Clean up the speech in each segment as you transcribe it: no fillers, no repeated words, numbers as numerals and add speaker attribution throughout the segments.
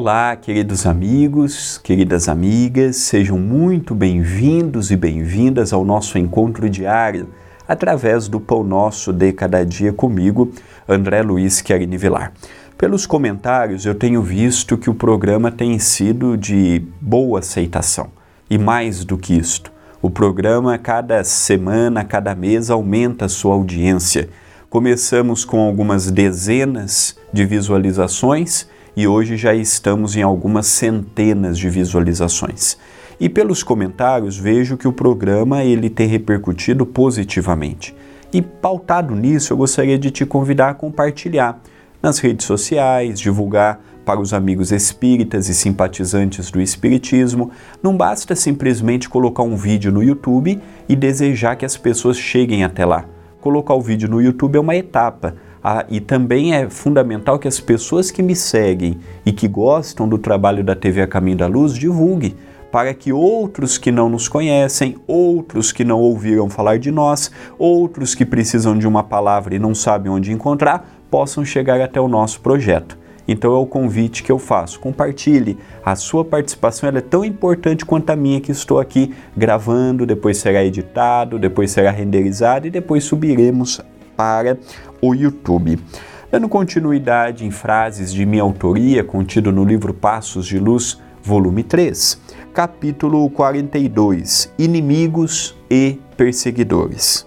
Speaker 1: Olá, queridos amigos, queridas amigas, sejam muito bem-vindos e bem-vindas ao nosso encontro diário através do Pão Nosso de Cada Dia comigo, André Luiz Querini Vilar. Pelos comentários eu tenho visto que o programa tem sido de boa aceitação e mais do que isto, o programa cada semana, cada mês aumenta a sua audiência. Começamos com algumas dezenas de visualizações e hoje já estamos em algumas centenas de visualizações. E pelos comentários vejo que o programa ele tem repercutido positivamente. E pautado nisso, eu gostaria de te convidar a compartilhar nas redes sociais, divulgar para os amigos espíritas e simpatizantes do espiritismo. Não basta simplesmente colocar um vídeo no YouTube e desejar que as pessoas cheguem até lá. Colocar o vídeo no YouTube é uma etapa. E também é fundamental que as pessoas que me seguem e que gostam do trabalho da TV A Caminho da Luz divulguem, para que outros que não nos conhecem, outros que não ouviram falar de nós, outros que precisam de uma palavra e não sabem onde encontrar, possam chegar até o nosso projeto. Então é o convite que eu faço. Compartilhe. A sua participação ela é tão importante quanto a minha que estou aqui gravando, depois será editado, depois será renderizado e depois subiremos para o YouTube. Dando continuidade em frases de minha autoria, contido no livro Passos de Luz, volume 3, capítulo 42, Inimigos e Perseguidores.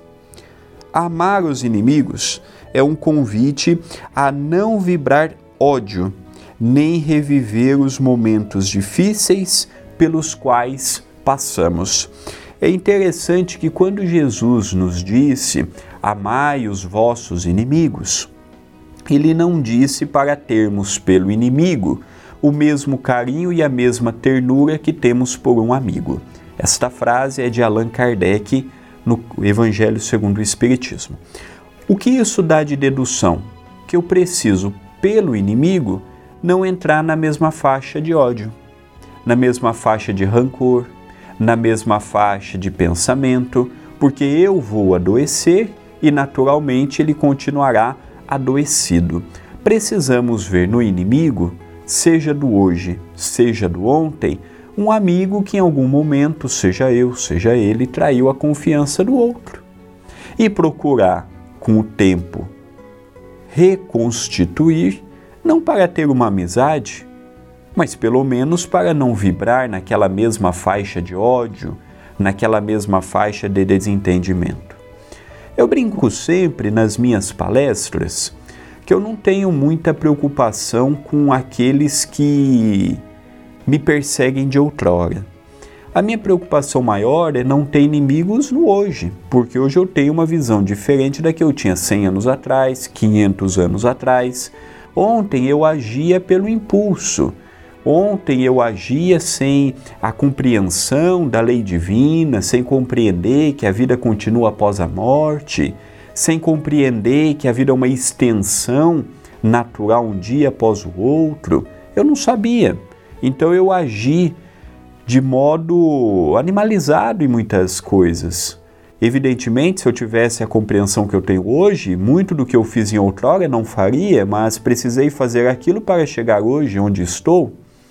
Speaker 1: Amar os inimigos é um convite a não vibrar ódio, nem reviver os momentos difíceis pelos quais passamos. É interessante que quando Jesus nos disse, amai os vossos inimigos, ele não disse para termos pelo inimigo o mesmo carinho e a mesma ternura que temos por um amigo. Esta frase é de Allan Kardec no Evangelho segundo o Espiritismo. O que isso dá de dedução? Que eu preciso, pelo inimigo, não entrar na mesma faixa de ódio, na mesma faixa de rancor, na mesma faixa de pensamento, porque eu vou adoecer e naturalmente ele continuará adoecido. Precisamos ver no inimigo, seja do hoje, seja do ontem, um amigo que em algum momento, seja eu, seja ele, traiu a confiança do outro. E procurar, com o tempo, reconstituir, não para ter uma amizade, mas pelo menos para não vibrar naquela mesma faixa de ódio, naquela mesma faixa de desentendimento. Eu brinco sempre nas minhas palestras que eu não tenho muita preocupação com aqueles que me perseguem de outrora. A minha preocupação maior é não ter inimigos no hoje, porque hoje eu tenho uma visão diferente da que eu tinha 100 anos atrás, 500 anos atrás. Ontem eu agia pelo impulso. Ontem eu agia sem a compreensão da lei divina, sem compreender que a vida continua após a morte, sem compreender que a vida é uma extensão natural um dia após o outro. Eu não sabia. Então eu agi de modo animalizado em muitas coisas. Evidentemente, se eu tivesse a compreensão que eu tenho hoje, muito do que eu fiz em outrora não faria, mas precisei fazer aquilo para chegar hoje onde estou.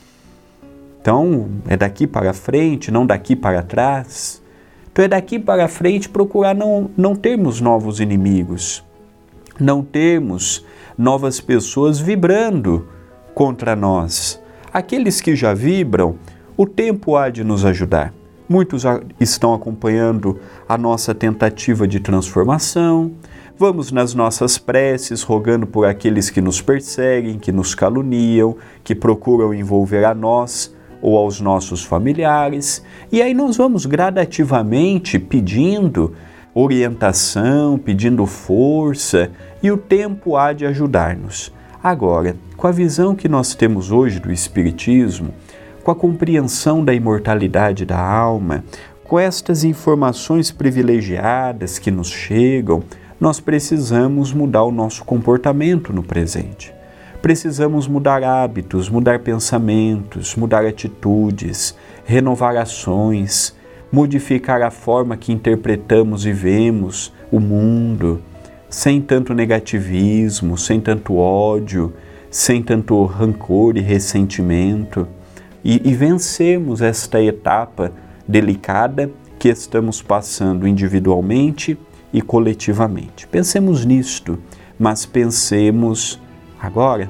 Speaker 1: Então, é daqui para frente, não daqui para trás. Então, é daqui para frente procurar não termos novos inimigos, não termos novas pessoas vibrando contra nós. Aqueles que já vibram, o tempo há de nos ajudar. Muitos estão acompanhando a nossa tentativa de transformação. Vamos nas nossas preces, rogando por aqueles que nos perseguem, que nos caluniam, que procuram envolver a nós ou aos nossos familiares, e aí nós vamos gradativamente pedindo orientação, pedindo força, e o tempo há de ajudar-nos. Agora, com a visão que nós temos hoje do Espiritismo, com a compreensão da imortalidade da alma, com estas informações privilegiadas que nos chegam, nós precisamos mudar o nosso comportamento no presente. Precisamos mudar hábitos, mudar pensamentos, mudar atitudes, renovar ações, modificar a forma que interpretamos e vemos o mundo, sem tanto negativismo, sem tanto ódio, sem tanto rancor e ressentimento, e vencemos esta etapa delicada que estamos passando individualmente e coletivamente. Pensemos nisto, mas pensemos agora.